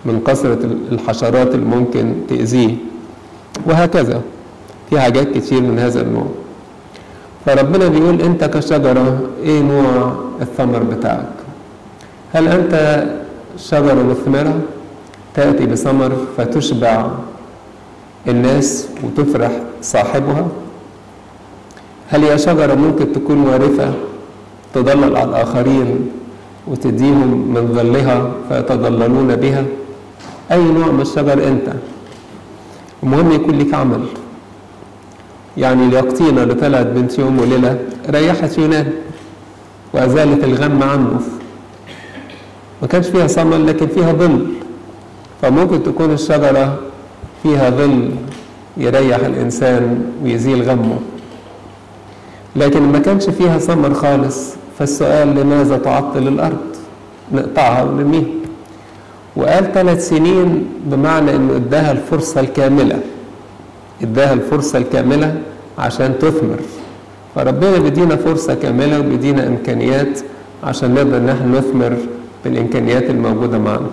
من كثرة الحشرات اللي ممكن تأذيه، وهكذا في حاجات كتير من هذا النوع. فربنا بيقول أنت كشجرة إيه نوع الثمر بتاعك؟ هل أنت شجرة مثمرة تأتي بثمر فتشبع الناس وتفرح صاحبها؟ هل هي شجرة ممكن تكون وارثة تضلل على الآخرين وتديهم من ظلها فيتضللون بها؟ أي نوع من الشجر أنت؟ المهم يكون لك عمل. يعني اليقطينة اللي طلعت بنت يوم وليلة ريحت يونان وأزالت الغم عنه، ما كانش فيها ثمر لكن فيها ظل. فممكن تكون الشجرة فيها ظل يريح الإنسان ويزيل غمه، لكن ما كانش فيها ثمر خالص. فالسؤال لماذا تعطل الأرض؟ نقطعها ونرميها. وقال 3 سنين بمعنى أنه إداها الفرصة الكاملة، إداها الفرصة الكاملة عشان تثمر. فربنا بيدينا فرصة كاملة وبيدينا إمكانيات عشان نقدر نحن نثمر بالإمكانيات الموجودة معنا.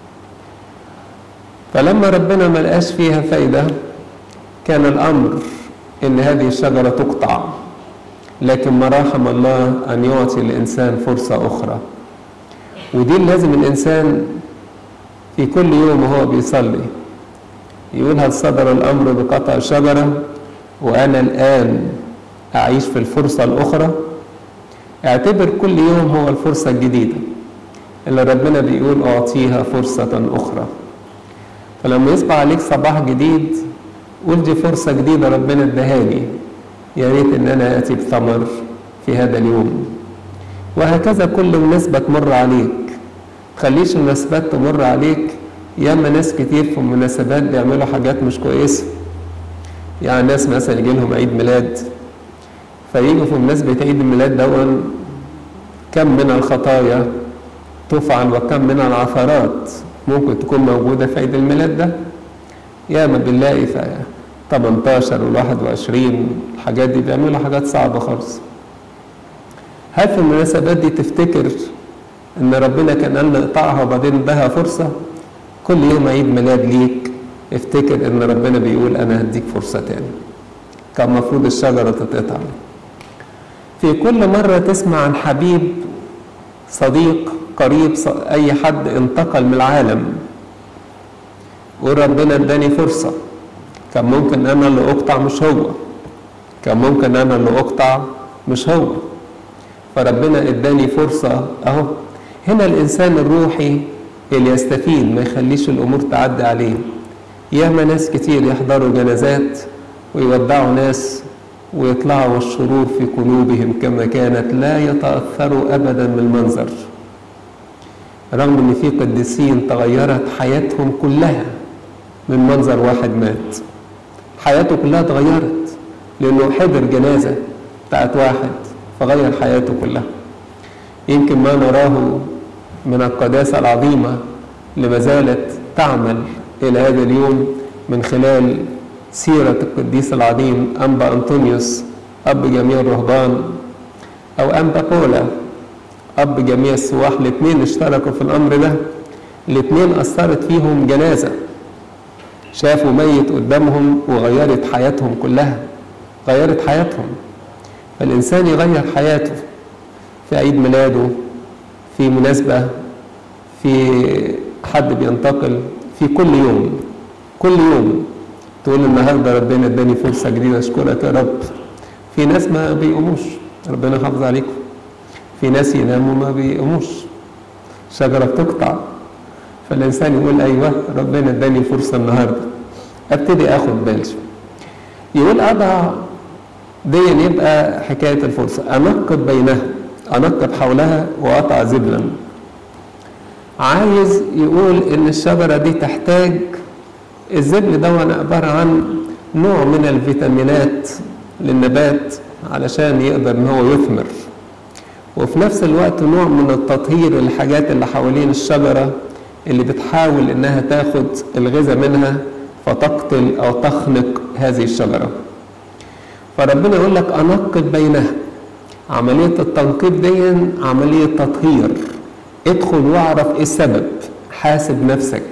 فلما ربنا ما لقاش فيها فايدة كان الأمر إن هذه الشجرة تقطع، لكن ما رحم الله أن يعطي الإنسان فرصة أخرى. ودي لازم الإنسان في كل يوم وهو بيصلي يقول هل صدر الأمر بقطع شجرة وأنا الآن أعيش في الفرصة الأخرى؟ اعتبر كل يوم هو الفرصة الجديدة اللي ربنا بيقول أعطيها فرصة أخرى. فلما يصبح عليك صباح جديد قول دي فرصة جديدة ربنا ادهاني، يا ريت إن أنا آتي بثمر في هذا اليوم. وهكذا كل مناسبة تمر عليك، تخليش المناسبات تمر عليك. ياما ناس كتير في المناسبات بيعملوا حاجات مش كويسة. يعني ناس مثلا يجي لهم عيد ميلاد فييجوا في مناسبة عيد الميلاد دون كم من الخطايا تفعل وكم من العثرات ممكن تكون موجودة في عيد الميلاد ده. ياما بنلاقي في 18 و21 الحاجات دي بيعملوا حاجات صعبة خالص. هل في المناسبات دي تفتكر ان ربنا كان قال نقطعها وبعدين اداها فرصة؟ كل يوم عيد ميلاد ليك افتكر ان ربنا بيقول انا هديك فرصة تاني. كان مفروض الشجرة تتقطع. في كل مرة تسمع عن حبيب صديق قريب اي حد انتقل من العالم قول ربنا اداني فرصة. كان ممكن انا اللي اقطع مش هو، كان ممكن انا اللي اقطع مش هو. فربنا اداني فرصة اهو. هنا الانسان الروحي اللي يستفيد ما يخليش الامور تعدي عليه. ياما ناس كتير يحضروا جنازات ويودعوا ناس ويطلعوا الشرور في قلوبهم كما كانت، لا يتأثروا ابدا من المنظر، رغم ان في قديسين تغيرت حياتهم كلها من منظر واحد مات. حياته كلها اتغيرت لانه حضر جنازة بتاعت واحد فغير حياته كلها. يمكن ما نراه من القداسة العظيمة اللي ما زالت تعمل إلى هذا اليوم من خلال سيرة القديس العظيم أنبا أنطونيوس أب جميع الرهبان، أو أنبا بولا أب جميع السواح. الاثنين اشتركوا في الأمر ده. الاثنين أثرت فيهم جنازة، شافوا ميت قدامهم وغيرت حياتهم كلها، غيرت حياتهم. فالإنسان يغير حياته في عيد ميلاده، في مناسبة، في حد بينتقل، في كل يوم. كل يوم تقول النهارده ربنا اداني فرصة جديدة اشكرك يا رب. في ناس ما بيقوموش، ربنا يحافظ عليكم. في ناس يناموا ما بيقوموش، شجرة بتقطع. فالإنسان يقول أيوه ربنا اداني فرصة النهارده ابتدي اخد بالي. يقول أضع دي يبقى حكاية الفرصة، أنقب بينها، أنقب حولها وأقطع زبلا. عايز يقول إن الشجرة دي تحتاج الزبل ده عبارة عن نوع من الفيتامينات للنبات علشان يقدر إن هو يثمر، وفي نفس الوقت نوع من التطهير الحاجات اللي حوالين الشجرة اللي بتحاول إنها تاخد الغذاء منها فتقتل أو تخنق هذه الشجرة. فربنا يقول لك أنقب بينها. عملية التنقيب دي عملية تطهير. ادخل واعرف ايه السبب، حاسب نفسك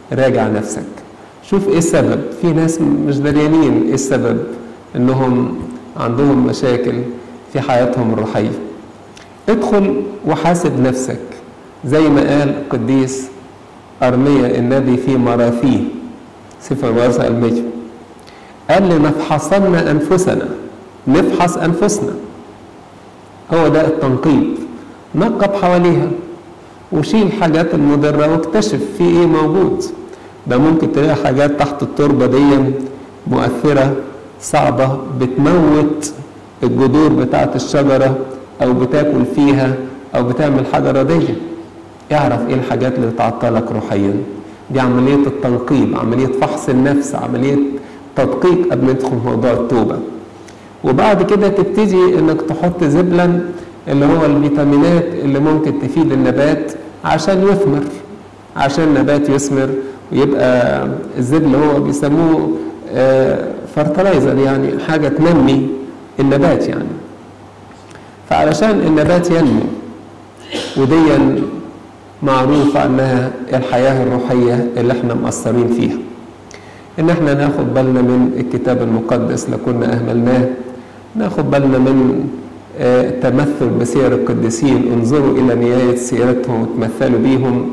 راجع نفسك، شوف ايه السبب. في ناس مش دريانين ايه السبب انهم عندهم مشاكل في حياتهم الروحية. ادخل وحاسب نفسك زي ما قال القديس أرميا النبي في مراثيه، سفر مرثى المجد، قال لنفحصن أنفسنا، نفحص أنفسنا. هو ده التنقيب، نقب حواليها وشيل الحاجات المضرة واكتشف في ايه موجود. ده ممكن تلاقي حاجات تحت التربة دي مؤثرة صعبة بتموت الجذور بتاعت الشجرة أو بتاكل فيها أو بتعمل حاجة ردية. اعرف ايه الحاجات اللي تعطلك روحيا. دي عملية التنقيب، عملية فحص النفس، عملية تدقيق قبل ما تدخل في موضوع التوبة. وبعد كده تبتدي انك تحط زبلا اللي هو الفيتامينات اللي ممكن تفيد النبات عشان يثمر، عشان النبات يثمر ويبقى الزبل هو بيسموه فرتلايزر، يعني حاجة تنمي النبات يعني. فعلشان النبات ينمو، ودي معروف عنها الحياة الروحية اللي احنا مقصرين فيها، ان احنا ناخد بالنا من الكتاب المقدس لكنا اهملناه، ناخد بالنا من تمثل بسير القديسين، انظروا الى نهاية سيرتهم وتمثلوا بيهم.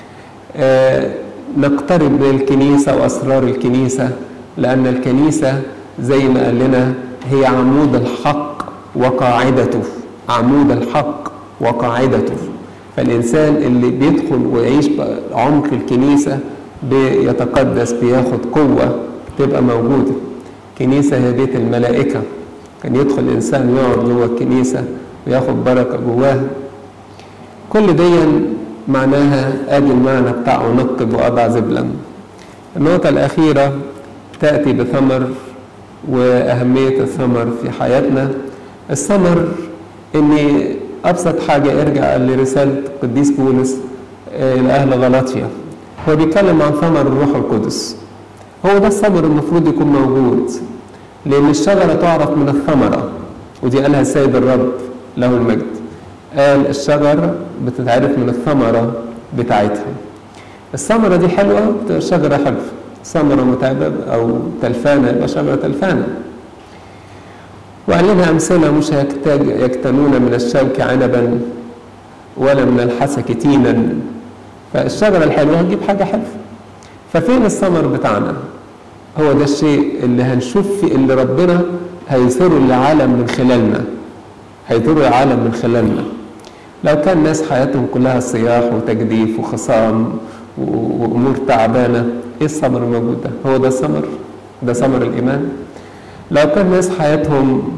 نقترب من الكنيسة واسرار الكنيسة، لان الكنيسة زي ما قال لنا هي عمود الحق وقاعدته، عمود الحق وقاعدته. فالإنسان اللي بيدخل ويعيش بعمق الكنيسة بيتقدس، بياخد قوة تبقى موجودة. كنيسة هي بيت الملائكة، كان يدخل الإنسان ويقعد جوه الكنيسة وياخد بركة جواها. كل دي معناها ادي المعنى بتاع انقب واضع زبلا. النقطة الأخيرة تأتي بثمر وأهمية الثمر في حياتنا. الثمر إن أبسط حاجة ارجع لرسالة القديس بولس إلى أهل غلاطيا، هو بيتكلم عن ثمر الروح القدس. هو ده الثمر المفروض يكون موجود، لأن الشجرة تعرف من الثمرة، ودي قالها السيد الرب له المجد، قال الشجرة بتتعرف من الثمرة بتاعتها. الثمرة دي حلوة بتبقى شجرة حلوة، ثمرة متعبة أو تلفانة يبقى شجرة تلفانة. وقال لنا أمثلة، مش يكتنون من الشوك عنبا ولا من الحسك تينا. فالشجرة الحلوة هتجيب حاجة حلوة. ففين الثمر بتاعنا؟ هو ده الشيء اللي هنشوف فيه اللي ربنا هيثيره العالم من خلالنا، هيثيره العالم من خلالنا. لو كان ناس حياتهم كلها صياح وتجديف وخصام وأمور تعبانة، إيه الثمر الموجود ده؟ هو ده الثمر؟ ده ثمر الإيمان؟ لو كان ناس حياتهم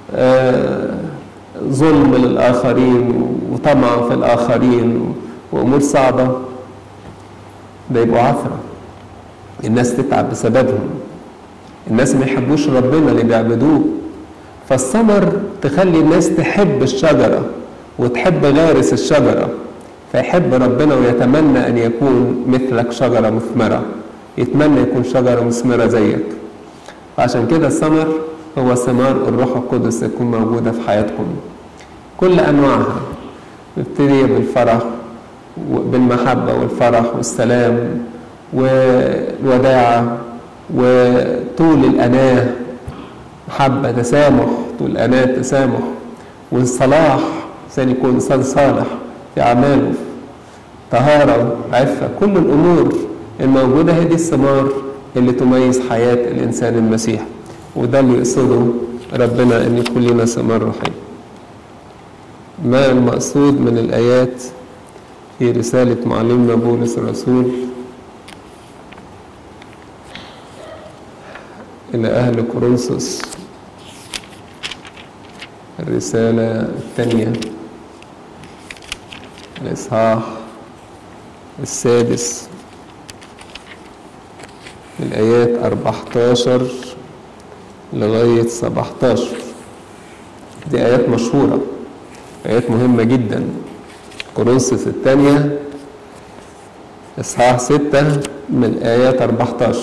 ظلم للآخرين وطمع في الآخرين وأمور صعبة، ده يبقوا عثرة، الناس تتعب بسببهم، الناس ما يحبوش ربنا اللي بيعبدوه. فالثمر تخلي الناس تحب الشجرة وتحب غارس الشجرة، فيحب ربنا ويتمنى أن يكون مثلك شجرة مثمرة، يتمنى يكون شجرة مثمرة زيك. فعشان كده الثمر هو ثمار الروح القدس تكون موجودة في حياتكم كل أنواعها، نبتدي بالفرح بالمحبة والفرح والسلام والوداعة وطول الأناة، محبة تسامح، طول الأناة تسامح، والصلاح، إنسان يكون إنسان صالح في أعماله، طهارة، عفة، كل الأمور الموجودة هي دي الثمار اللي تميز حياة الإنسان المسيحي. وده اللي يقصده ربنا أن يكون لنا ثمار روحية. ما المقصود من الآيات في رسالة معلمنا بولس الرسول إلى أهل كورنثوس، الرسالة الثانية الإصحاح 6 الآيات 14 لغاية 17. دي آيات مشهورة، آيات مهمة جدا. كورنثوس الثانية إصحاح 6 من آيات 14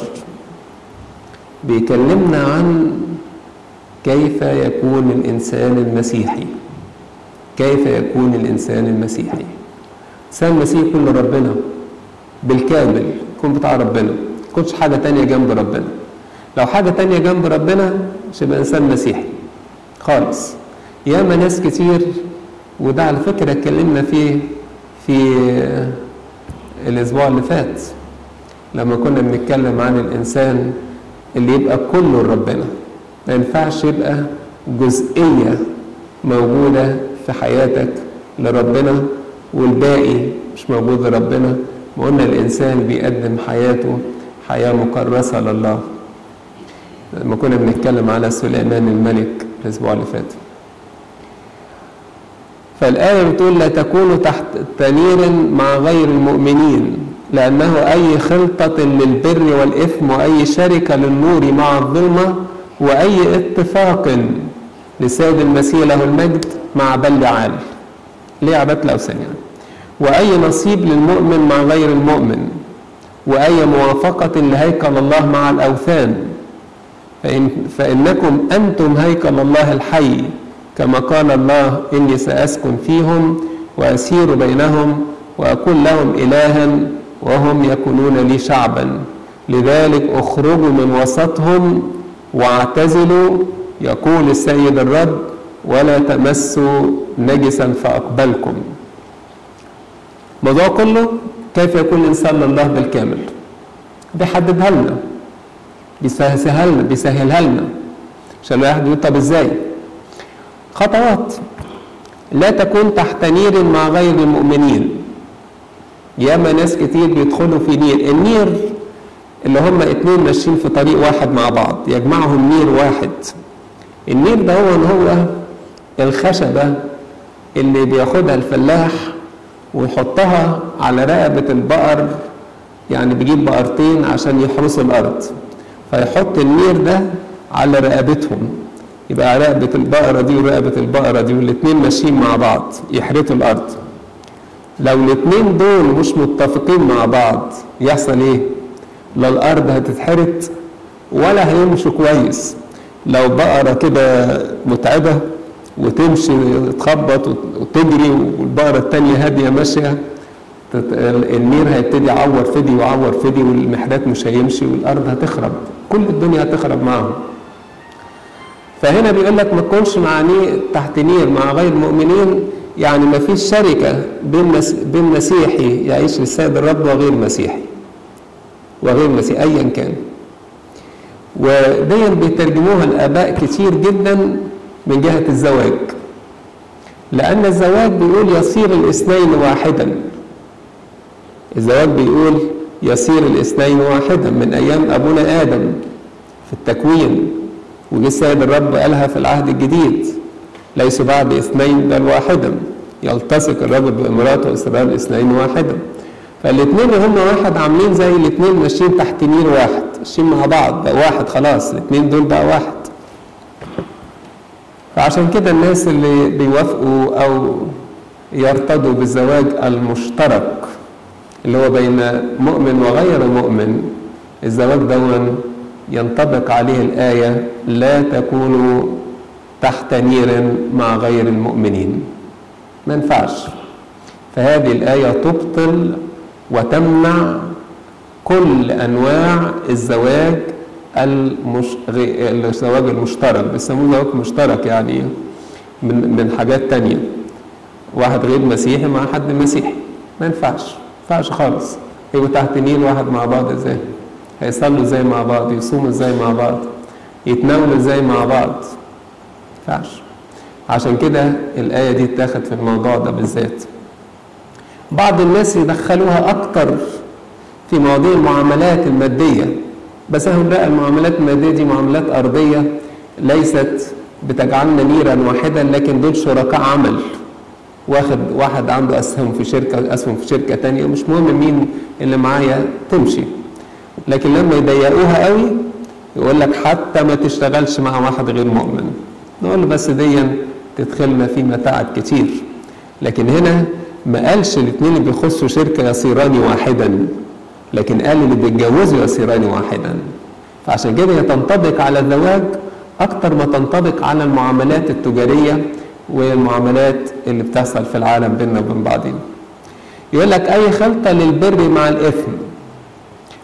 بيكلمنا عن كيف يكون الإنسان المسيحي. كيف يكون الإنسان المسيحي؟ الإنسان المسيحي كل ربنا بالكامل، تكون بتاع ربنا، ما تكونش حاجة تانية جنب ربنا. لو حاجة تانية جنب ربنا مش يبقى إنسان مسيحي خالص. ياما ناس كتير، وده على فكرة اتكلمنا فيه في الأسبوع اللي فات لما كنا بنتكلم عن الإنسان اللي يبقى كله لربنا. ما ينفعش يبقى جزئية موجودة في حياتك لربنا والباقي مش موجود لربنا. وقلنا الإنسان بيقدم حياته حياة مكرسة لله لما كنا بنتكلم على سليمان الملك الأسبوع اللي فات. فالآية بتقول لا تكونوا تحت تنير مع غير المؤمنين، لأنه أي خلطة للبر والإثم وأي شركة للنور مع الظلمة وأي اتفاق لسيد المسيح له المجد مع بل عال ليه عبادة الأوثان يعني، وأي نصيب للمؤمن مع غير المؤمن، وأي موافقة لهيكل الله مع الأوثان، فإنكم أنتم هيكل الله الحي، كما قال الله إني سأسكن فيهم وأسير بينهم وأكون لهم إلها وهم يكونون لي شعبا، لذلك اخرجوا من وسطهم واعتزلوا، يقول السيد الرب، ولا تمسوا نجسا فأقبلكم. الموضوع كله كيف يكون الإنسان لله بالكامل، بيحددها لنا، بيسهلها لنا عشان الواحد يقول طب ازاي. خطوات: لا تكون تحت نير مع غير المؤمنين. ياما ناس كتير بيدخلوا في نير، النير اللي هم اتنين ماشيين في طريق واحد مع بعض يجمعهم نير واحد. النير ده هو الخشبة اللي بياخدها الفلاح ويحطها على رقبة البقر، يعني بيجيب بقرتين عشان يحرسوا الأرض، فيحط النير ده على رقبتهم، يبقى رقبة البقرة دي ورقبة البقرة دي والاتنين ماشيين مع بعض يحرثوا الأرض. لو الاتنين دول مش متفقين مع بعض يحصل ايه؟ لا الأرض هتتحرث ولا هيمشوا كويس. لو بقرة كده متعبة وتمشي تخبط وتجري والبقرة التانية هادية ماشية، النير هيبتدي يعور فدي ويعور فدي والمحرات مش هيمشي والأرض هتخرب، كل الدنيا هتخرب معهم. فهنا بيقول لك ما تكونش تحت نير مع غير المؤمنين، يعني ما فيش شركة بين مسيحي يعيش للسيد الرب وغير مسيحي أيا كان. ودي بيترجموها الآباء كتير جدا من جهة الزواج، لأن الزواج بيقول يصير الاثنين واحدا. الزواج بيقول يصير الاثنين واحدا من أيام أبونا آدم في التكوين، وجه السيد الرب قالها في العهد الجديد ليسوا بعد اثنين بل واحدا، يلتصق الرجل بامراته وإسرائيل اثنين واحدا. فالاثنين هم واحد، عاملين زي الاثنين ماشيين تحت نير واحد، ماشيين مع بعض بقى واحد، خلاص الاثنين دول بقى واحد. فعشان كده الناس اللي بيوافقوا أو يرتضوا بالزواج المشترك اللي هو بين مؤمن وغير مؤمن، الزواج دون ينطبق عليه الآية لا تكونوا تحت نير مع غير المؤمنين، ما ينفعش. فهذه الآية تبطل وتمنع كل أنواع الزواج الزواج المشترك، بيسموه زواج مشترك، يعني من حاجات تانية، واحد غير مسيحي مع حد مسيحي، ما ينفعش خالص. يبقوا تحت نير واحد مع بعض ازاي؟ هيصلوا ازاي مع بعض؟ يصوموا ازاي مع بعض؟ يتناولوا ازاي مع بعض؟ ما ينفعش. عشان كده الآية دي اتاخد في الموضوع ده بالذات. بعض الناس يدخلوها أكتر في مواضيع المعاملات المادية، بس هم بقى المعاملات المادية دي معاملات أرضية ليست بتجعلنا نيرا واحدا، لكن دول شركاء عمل، واحد عنده أسهم في شركة تانية، مش مهم مين اللي معايا تمشي. لكن لما يضيقوها قوي يقول لك حتى ما تشتغلش مع واحد غير مؤمن، نقول له بس دي تدخلنا في متاعب كتير. لكن هنا ما قالش الاثنين اللي بيخشوا شركة يصيران واحدا، لكن قال اللي بيتجوزوا يصيران واحدا. فعشان كده هي تنطبق على الزواج أكتر ما تنطبق على المعاملات التجارية والمعاملات اللي بتحصل في العالم بيننا وبين بعضنا. يقول لك أي خلطة للبر مع الإثم.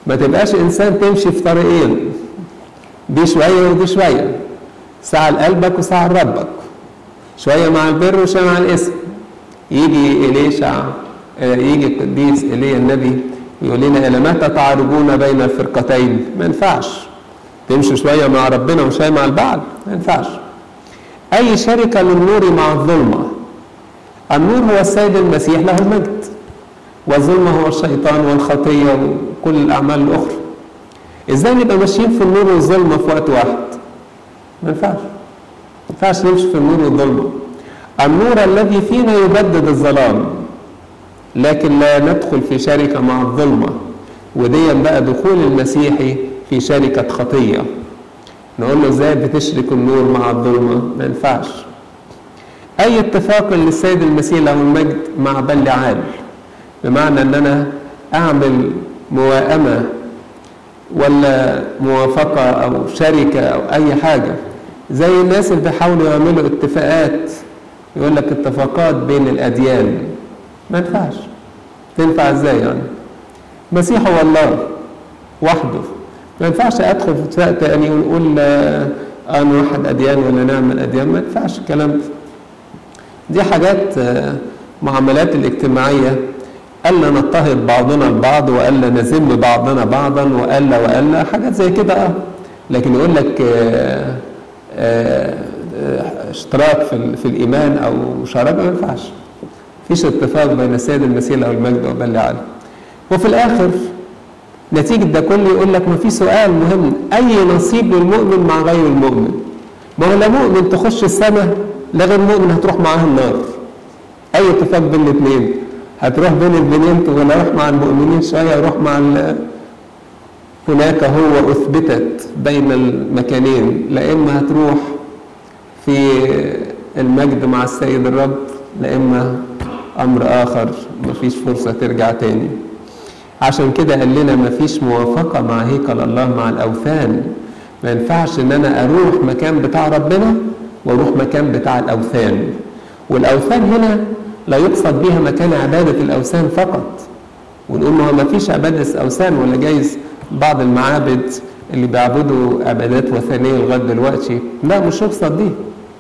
ما تبقاش إنسان تمشي في طريقين، دي شوية ودي شوية، ساعة لقلبك وساعة لربك، شوية مع البر وشوية مع الإثم. يجي إليشع، يجي القديس إيليا النبي يقول لنا إلى متى تعرجون بين الفرقتين؟ ما ينفعش تمشي شوية مع ربنا وشوية مع البعل، ما ينفعش. أي شركة للنور مع الظلمة. النور هو السيد المسيح له المجد، والظلمة هو الشيطان والخطية وكل الأعمال الأخرى. إزاي نبقى ماشيين في النور والظلمة في وقت واحد؟ ما ينفعش. ما ينفعش نمشي في النور والظلمة. النور الذي فينا يبدد الظلام، لكن لا ندخل في شركة مع الظلمة، ودي بقى دخول المسيحي في شركة خطية. نقول له ازاي بتشرك النور مع الظلمة؟ ما ينفعش. أي اتفاق للسيد المسيح له المجد مع بلعال، بمعنى أن أنا أعمل موائمة ولا موافقة أو شركة أو أي حاجة، زي الناس اللي بيحاولوا يعملوا اتفاقات، يقول لك اتفاقات بين الأديان، ما ينفعش. تنفع ازاي يعني؟ المسيح هو الله وحده، ما ينفعش ادخل في اتفاق تاني ونقول نوحد اديان ولا نعمل اديان، ما ينفعش الكلام ده. دي حاجات معاملات الاجتماعيه، الا نضطهد بعضنا البعض، والا نذم بعضنا بعضا، والا حاجات زي كده. لكن يقول لك اشتراك في الايمان او مشاركه، ما ينفعش. مفيش اتفاق بين السيد المسيح له المجد وبلعال. وفي الاخر نتيجه ده كله يقول لك ما في سؤال مهم، اي نصيب للمؤمن مع غير المؤمن؟ ما هو لا مؤمن تخش السماء، لا غير مؤمن هتروح معاه النار. اي اتفاق بين الاثنين؟ هتروح بين البنين، ولا اروح مع المؤمنين شويه اروح مع هناك هو اثبتت بين المكانين، لا اما هتروح في المجد مع السيد الرب، لا اما امر اخر مفيش فرصه ترجع تاني. عشان كده قال لنا مفيش موافقه مع هيكل الله مع الاوثان. ما ينفعش ان انا اروح مكان بتاع ربنا واروح مكان بتاع الاوثان. والاوثان هنا لا يقصد بها مكان عباده الاوثان فقط، ونقول ما هو مفيش عباده اوثان، ولا جايز بعض المعابد اللي بيعبدوا عبادات وثنيه لغايه دلوقتي، لا مش يقصد دي.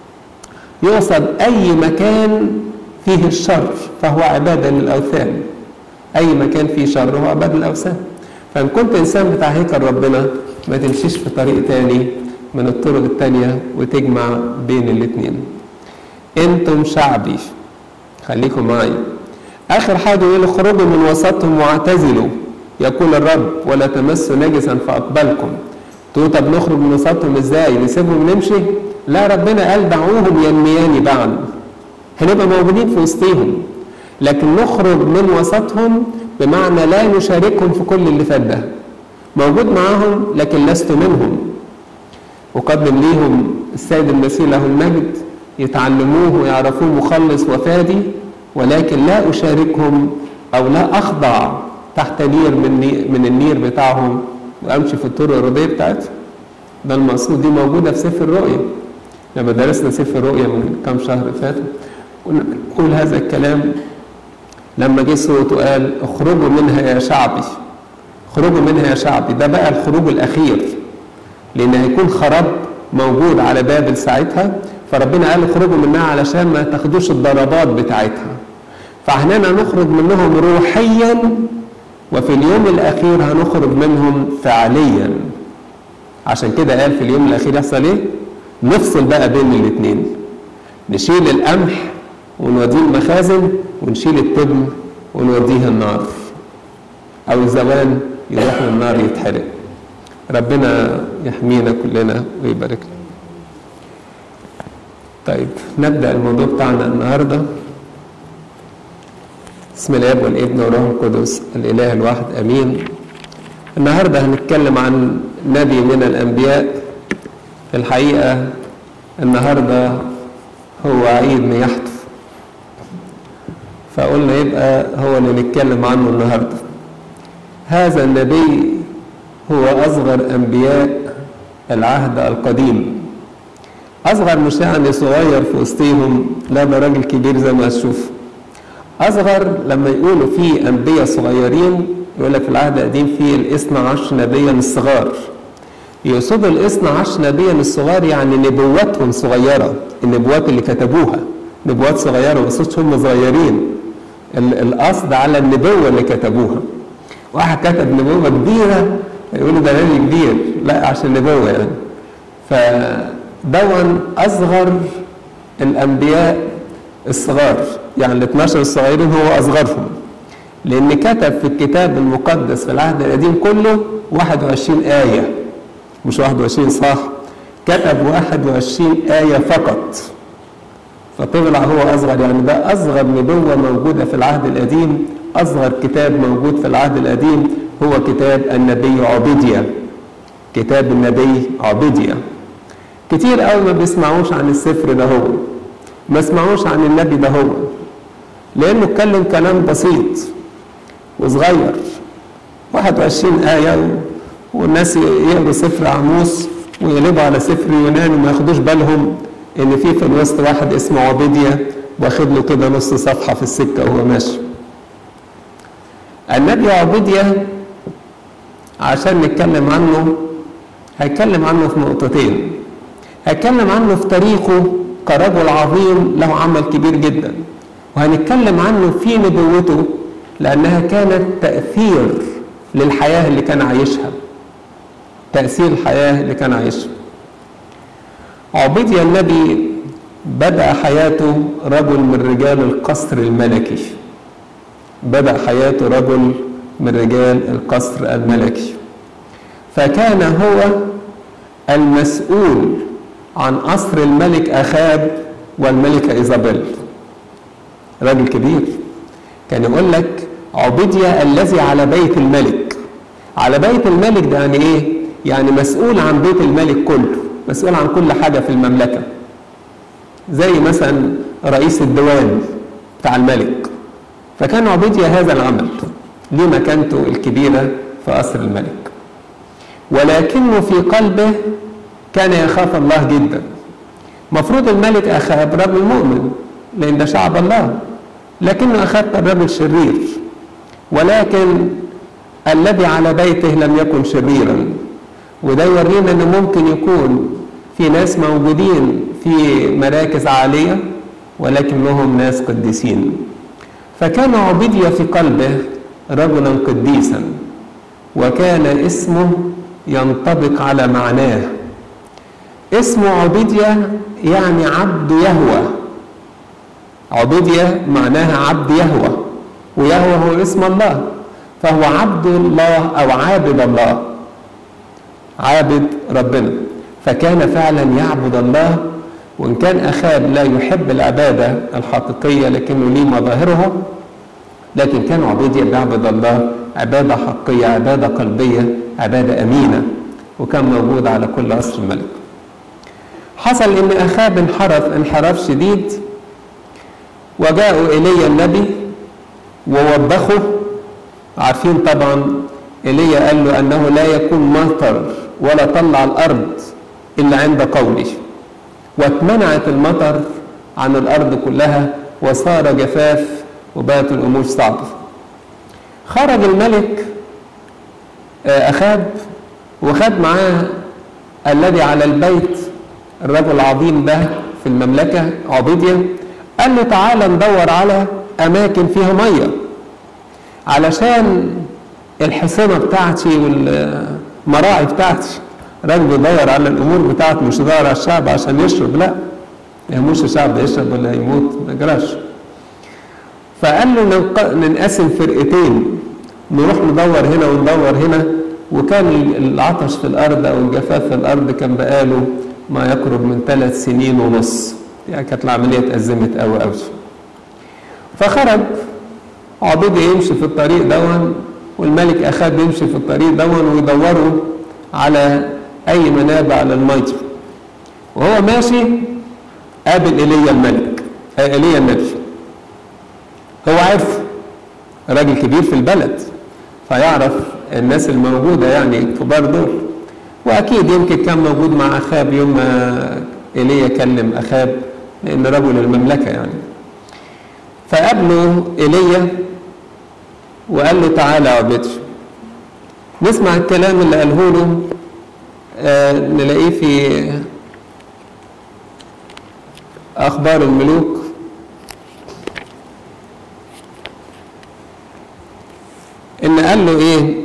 يقصد اي مكان فيه الشر فهو عبادة للأوثان. أي مكان فيه شر هو عبادة للأوثان. فإن كنت إنسان بتاع هيكل ربنا، ما تمشيش في طريق تاني من الطرق التانية وتجمع بين الاثنين. أنتم شعبي، خليكم معي. آخر حاجة يقول اخرجوا من وسطهم واعتزلوا يقول الرب ولا تمسوا نجسا فأقبلكم. تقول طب نخرج من وسطهم ازاي؟ نسيبهم نمشي؟ لا، ربنا قال دعوهم ينميان بعد، هنبقى موجودين في وسطهم، لكن نخرج من وسطهم بمعنى لا نشاركهم في كل اللي فات ده. موجود معاهم لكن لست منهم. أقدم ليهم السيد المسيح له المجد، يتعلموه ويعرفوه مخلص وفادي، ولكن لا أشاركهم أو لا أخضع تحت نير من النير بتاعهم وأمشي في الطرق الرديئة بتاعتهم. ده المقصود. دي موجودة في سفر الرؤيا. لما درسنا سفر الرؤيا من كام شهر فاتوا كنا بنقول هذا الكلام، لما جه صوت وقال اخرجوا منها يا شعبي، اخرجوا منها يا شعبي. ده بقى الخروج الأخير، لأن هيكون خراب موجود على بابل ساعتها، فربنا قال اخرجوا منها علشان ما تاخدوش الضربات بتاعتها. فاحنا نخرج منهم روحيا، وفي اليوم الأخير هنخرج منهم فعليا. عشان كده قال في اليوم الأخير يحصل ايه؟ نفصل بقى بين الاثنين، نشيل القمح ونوديه المخازن، ونشيل التبن ونوديه النار، أو الزوان يروح للنار يتحرق. ربنا يحمينا كلنا ويبارك لنا. طيب نبدأ الموضوع بتاعنا النهارده. بسم الاب والابن والروح القدس الاله الواحد امين. النهارده هنتكلم عن نبي من الانبياء. في الحقيقه النهارده هو عيد نياحته، فقلنا يبقى هو اللي نتكلم عنه النهارده. هذا النبي هو اصغر انبياء العهد القديم. اصغر مش يعني صغير في وسطهم، لا ده راجل كبير زي ما هتشوف. أصغر لما يقولوا فيه أنبياء صغيرين يقول لك في العهد القديم في الاثنى عشر نبيا الصغار. يقصدوا الاثنى عشر نبيا الصغار يعني نبواتهم صغيرة، النبوات اللي كتبوها نبوات صغيرة، ما يقصدش هم صغيرين، القصد على النبوة اللي كتبوها. واحد كتب نبوة كبيرة يقولوا ده نبي كبير، لا عشان نبوة يعني. فدون أصغر الأنبياء الصغار، يعني ال 12 الصغيرين هو أصغرهم، لأن كتب في الكتاب المقدس في العهد القديم كله 21 آية، مش 21 صح، كتب 21 آية فقط، فطلع هو أصغر. يعني ده أصغر نبوة موجودة في العهد القديم، أصغر كتاب موجود في العهد القديم هو كتاب النبي عبيديا، كتاب النبي عبيديا. كتير قوي ما بيسمعوش عن السفر ده، هو ما سمعوش عن النبي ده هو، لأنه اتكلم كلام بسيط وصغير، 21 آية، والناس يقروا سفر عموس ويقلبوا على سفر يونان وما ياخدوش بالهم إن في الوسط واحد اسمه عبيديا واخد له كده نص صفحة في السكة وهو ماشي. النبي عبيديا عشان نتكلم عنه هيتكلم عنه في نقطتين. هيتكلم عنه في تاريخه كرجل عظيم له عمل كبير جدا، وهنتكلم عنه في نبوته لأنها كانت تأثير للحياة اللي كان عايشها، تأثير الحياة اللي كان عايشها. عبيديا النبي بدأ حياته رجل من رجال القصر الملكي، بدأ حياته رجل من رجال القصر الملكي، فكان هو المسؤول عن قصر الملك أخاب والملكة إيزابيل. راجل كبير، كان يقول لك عبيديا الذي على بيت الملك. على بيت الملك ده يعني ايه؟ يعني مسؤول عن بيت الملك كله، مسؤول عن كل حاجة في المملكة، زي مثلا رئيس الديوان بتاع الملك. فكان عبيديا هذا العمل، ليه مكانته الكبيرة في قصر الملك، ولكنه في قلبه كان يخاف الله جدا. مفروض الملك أخاب رجل مؤمن لأن ده شعب الله، لكنه أخاب كان رجل شرير، ولكن الذي على بيته لم يكن شريرا. وده يورينا أنه ممكن يكون في ناس موجودين في مراكز عالية ولكنهم ناس قديسين. فكان عبيديا في قلبه رجلا قديسا، وكان اسمه ينطبق على معناه. اسمه عبيديا يعني عبد يهوه، عبيديا معناها عبد يهوه، ويهوه هو اسم الله، فهو عبد الله أو عابد الله، عابد ربنا. فكان فعلا يعبد الله، وإن كان أخاب لا يحب العبادة الحقيقية لكنه ليه مظاهرها، لكن كان عبيديا بيعبد الله عبادة حقيقية، عبادة قلبية، عبادة أمينة، وكان موجود على كل قصر الملك. حصل إن أخاب انحراف شديد، وجاءوا إيليا النبي ووبخه. عارفين طبعا إيليا قال له أنه لا يكون مطر ولا طلع الأرض إلا عند قولي، واتمنعت المطر عن الأرض كلها وصار جفاف وبقت الأمور صعبة. خرج الملك أخاب وخد معاه الذي على البيت الرجل العظيم ده في المملكة عبيديا، قال له تعالى ندور على أماكن فيها مية علشان الحصانة بتاعتي والمراعي بتاعتي. راجل بيدور على الأمور بتاعته، مش يدور على الشعب عشان يشرب، لا يهموش الشعب يشرب ولا يموت، ما يجراش. فقال له ننقسم فرقتين، نروح ندور هنا وندور هنا. وكان العطش في الأرض أو الجفاف في الأرض كان بقاله ما يقرب من 3 سنين ونص، يعني كانت العملية اتأزمت قوي قوي. فخرج عبيديا يمشي في الطريق دون، والملك أخاب يمشي في الطريق دون، ويدوروا على أي منابع للمية. وهو ماشي قابل إيليا الملك، إيليا النبي. هو عارف راجل كبير في البلد، فيعرف الناس الموجودة يعني الكبار دول، وأكيد يمكن كان موجود مع أخاب يوم ما إيليا كلم أخاب، لأن رجل المملكة يعني. فقابله إيليا وقال له تعالى يا عبيديا. نسمع الكلام اللي قاله له، نلاقيه في أخبار الملوك. إن قال له إيه؟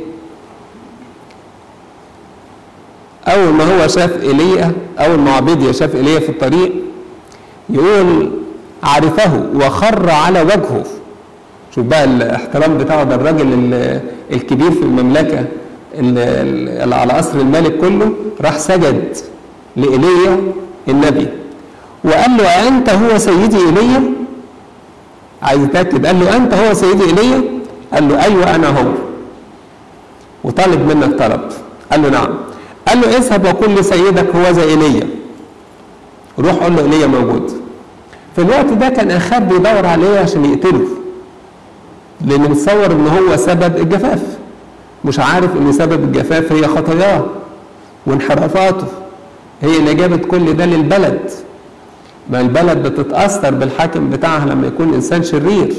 أول ما هو شاف إيليا، أول ما عبيديا شاف إيليا في الطريق، يقول عرفه وخر على وجهه. شوف بقى الاحترام بتاعه، ده الراجل الكبير في المملكة اللي على قصر الملك كله، راح سجد لإيليا النبي وقال له أنت هو سيدي إيليا؟ عايز يتأكد، قال له أنت هو سيدي إيليا؟ قال له أيوة أنا هو. وطالب منك طلب. قال له نعم. قال له اذهب وقل لسيدك هو ذا إيليا. روح قول له إيليا موجود. في الوقت ده كان أخاب بيدور عليه عشان يقتله، لأنه متصور إن هو سبب الجفاف، مش عارف إن سبب الجفاف هي خطاياه وانحرافاته، هي اللي جابت كل ده للبلد. ما البلد بتتأثر بالحاكم بتاعها لما يكون إنسان شرير.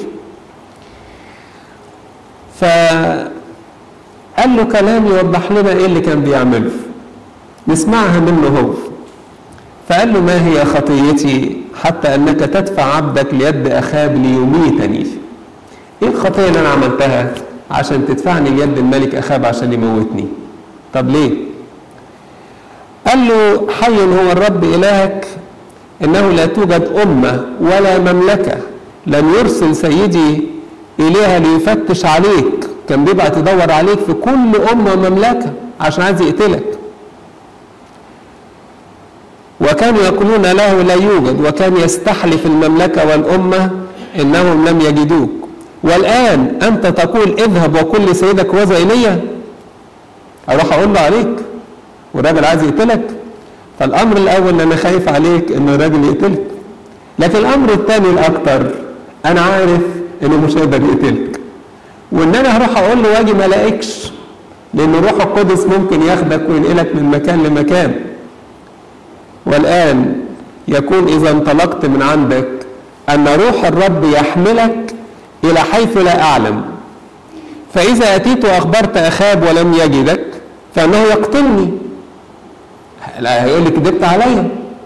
فقال له كلام يوضح لنا إيه اللي كان بيعمله، نسمعها منه هو. فقال له ما هي خطيتي حتى أنك تدفع عبدك ليد أخاب ليميتني؟ إيه الخطية اللي أنا عملتها عشان تدفعني ليد الملك أخاب عشان يموتني؟ طب ليه؟ قال له حي هو الرب إلهك إنه لا توجد أمة ولا مملكة لم يرسل سيدي إليها ليفتش عليك. كان بيبعت يدور عليك في كل أمة ومملكة عشان عايز يقتلك. وكانوا يقولون له لا يوجد، وكان يستحلف المملكة والأمة إنهم لم يجدوك. والآن أنت تقول اذهب وقل لسيدك وذا إيليا؟ أروح أقول له عليك والراجل عايز يقتلك؟ فالأمر الأول أنا خايف عليك إن الراجل يقتلك، لكن الأمر الثاني الأكثر أنا عارف إنه مش هيقدر يقتلك، وإن أنا هروح أقول له واجي ما الاقيكش، لأن الروح القدس ممكن ياخدك وينقلك من مكان لمكان. والآن يكون إذا انطلقت من عندك أن روح الرب يحملك إلى حيث لا أعلم، فإذا أتيت وأخبرت أخاب ولم يجدك فإنه يقتلني. لا هيقول لي كذبت عليا.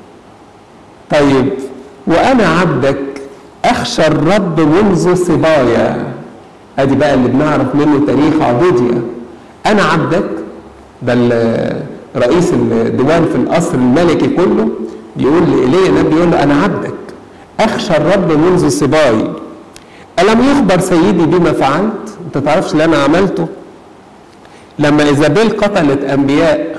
طيب وأنا عبدك أخشى الرب منذ صبايا. أدي بقى اللي بنعرف منه تاريخ عبودية. أنا عبدك، ده رئيس الديوان في القصر الملكي كله بيقول لإيليا النبي، بيقول له أنا عبدك أخشى الرب منذ صباي. ألم يخبر سيدي بما فعلت؟ أنت تعرفش اللي أنا عملته؟ لما إيزابيل قتلت أنبياء،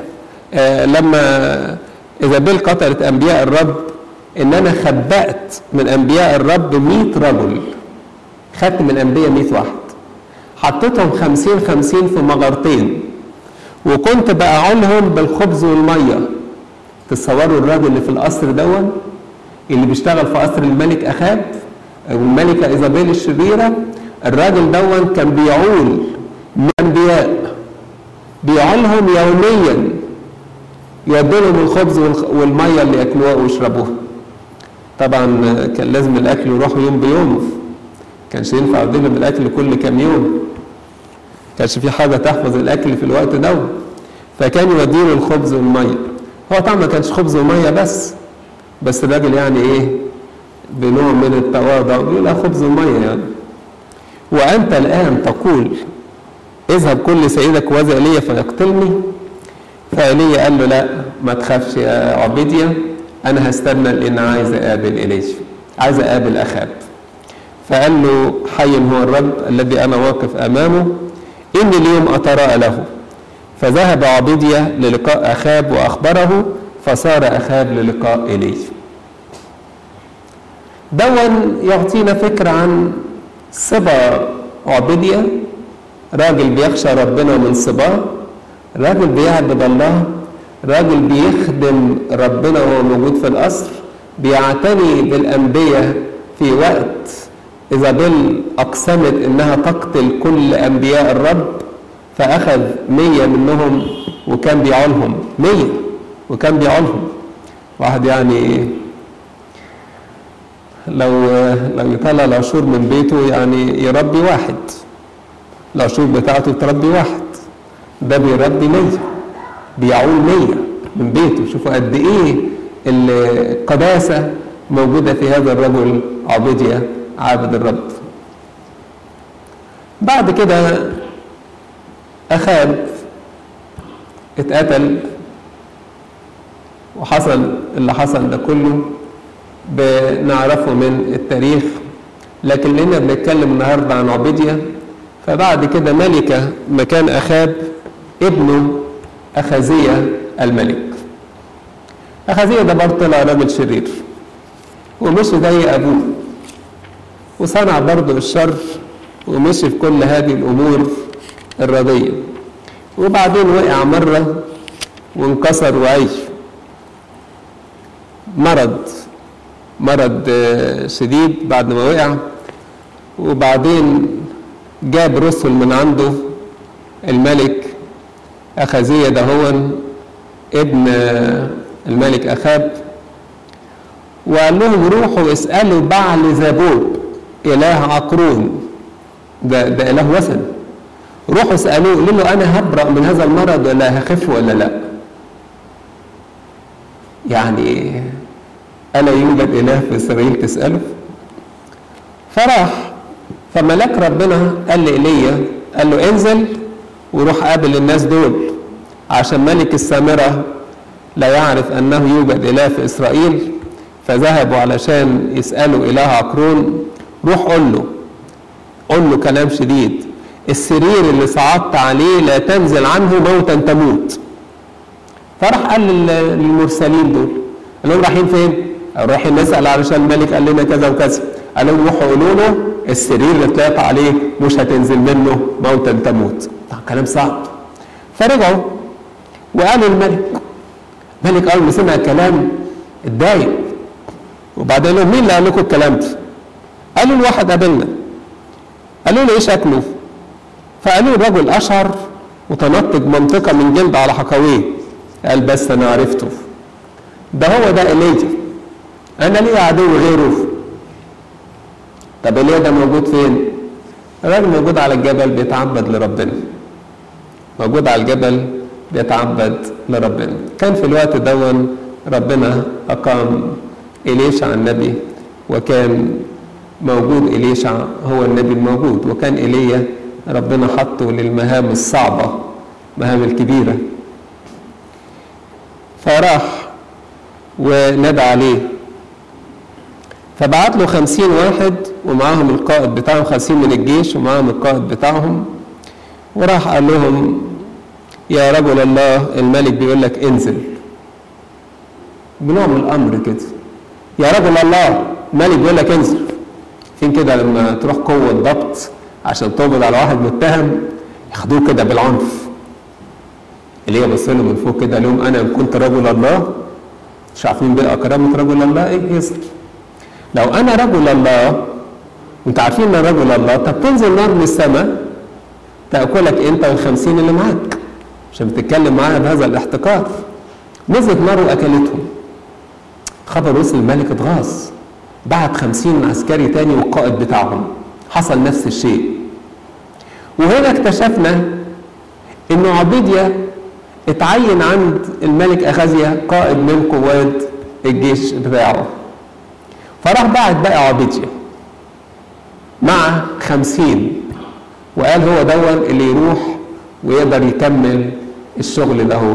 لما إيزابيل قتلت أنبياء الرب، إن أنا خبأت من أنبياء الرب 100 رجل، خدت من الأنبياء 100 واحد، حطيتهم 50-50 في مغارتين، وكنت بقعلهم بالخبز والمية. تصوروا الراجل اللي في القصر دون، اللي بيشتغل في قصر الملك أخاب والملكة إيزابيل الشريرة، الراجل دون كان بيعول من الأنبياء، بيعولهم يوميا، يودوا لهم الخبز والمية اللي ياكلوها ويشربوها. طبعا كان لازم الأكل يروح يوم بيوم، كانش ينفع يودوا لهم الأكل كل كام يوم، كانش في حاجة تحفظ الأكل في الوقت ده، فكان يوديله الخبز والمية. هو طبعا ما كانش خبز ومية بس الراجل يعني إيه بنوع من التواضع بيقول خبز ومية يعني. وأنت الآن تقول اذهب كل سيدك وذا إيليا فيقتلني؟ فإيليا قال له لا ما تخافش يا عبيديا، أنا هستنى لأن عايز أقابل إيليا، عايز أقابل أخاب. فقال له حي هو الرب الذي أنا واقف أمامه إني اليوم أتراءى له. فذهب عبيديا للقاء أخاب وأخبره، فصار أخاب للقاء إيليا. دون يعطينا فكرة عن صبا عبيديا، راجل بيخشى ربنا من صباه، راجل بيعبد الله، راجل بيخدم ربنا وهو موجود في القصر، بيعتني بالأنبياء في وقت إيزابيل أقسمت إنها تقتل كل أنبياء الرب، فأخذ 100 منهم وكان بيعولهم 100 وكان بيعولهم. واحد يعني لو يطلع العشور من بيته يعني يربي واحد، العشور بتاعته تربي واحد، ده بيربي 100، بيعول 100 من بيته. شوفوا قد ايه القداسة موجودة في هذا الرجل عبيدية عابد الرب. بعد كده أخاب اتقتل، وحصل اللي حصل ده كله بنعرفه من التاريخ، لكن لأننا بنتكلم النهاردة عن عبيدية، فبعد كده ملكة مكان أخاب ابنه أخازية الملك. أخازية ده برضه طلع راجل شرير ومشي زي أبوه وصنع برضه الشر ومشي في كل هذه الأمور الردية، وبعدين وقع مرة وانكسر وعيش، مرض شديد بعد ما وقع. وبعدين جاب رسل من عنده الملك أخازية ده هو ابن الملك أخاب، وقال لهم روحوا اسألوا بعل زبوب إله عقرون، ده إله وثن، روحوا اسألوه قولوا له أنا هبرأ من هذا المرض ولا هخف ولا لا. يعني ألا يوجد إله في إسرائيل تسأله؟ فراح، فملاك ربنا قال لإيليا، قال له انزل وروح قابل الناس دول، عشان ملك السامرة لا يعرف أنه يوجد إله في إسرائيل. فذهبوا علشان يسألوا إله عقرون. روح قول له كلام شديد، السرير اللي صعدت عليه لا تنزل عنه موتا تموت. فراح قال للمرسلين دول، قال لهم رايحين فين؟ رايحين نسأل علشان الملك قال لنا كذا وكذا. قال لهم روحوا قولوا له السرير اللي طلعت عليه مش هتنزل منه موتا تموت. كلام صعب. فرجعوا وقالوا الملك اول ما سمع الكلام اتضايق، وبعدين لهم مين اللي قال لكم الكلام ده؟ قالوا له واحد قابلنا. قالوا له ايه شكله؟ فقالوا الرجل اشعر وتنطق منطقه من جلد على حقويه. قال بس انا عرفته، ده هو ده ايليا، انا ليه عدو غيره؟ طب ايليا ده موجود فين؟ الراجل موجود على الجبل بيتعبد لربنا، موجود على الجبل بيتعبد لربنا. كان في الوقت دون ربنا أقام إليشع النبي، وكان موجود إليشع هو النبي الموجود، وكان إيليا ربنا حطه للمهام الصعبة، مهام الكبيرة. فراح ونادى عليه، فبعت له 50 واحد ومعاهم القائد بتاعهم، 50 من الجيش ومعاهم القائد بتاعهم، وراح قال لهم يا رجل الله الملك بيقول لك انزل، بنوع من الامر كده، يا رجل الله الملك بيقول لك انزل. فين كده لما تروح قوه ضبط عشان تقبض على واحد متهم ياخدوه كده بالعنف. اللي بص له من فوق كده، لهم انا ان كنت رجل الله، مش عارفين بقى كرامه رجل الله ايه؟ يسر. لو انا رجل الله وانت عارفين ان رجل الله، طب تنزل نار من السماء تاكلك انت وال50 اللي معاك، عشان بتتكلم معاها بهذا الاحتقار. نزلت نار واكلتهم. خبر وصل الملك اتغاظ، بعت 50 عسكري تاني والقائد بتاعهم، حصل نفس الشيء. وهنا اكتشفنا انه عبيدية اتعين عند الملك أخازية قائد من قوات الجيش بتاعه. فراح بعت بقى عبيدية مع 50 وقال هو دون اللي يروح ويقدر يكمل الشغل ده. هو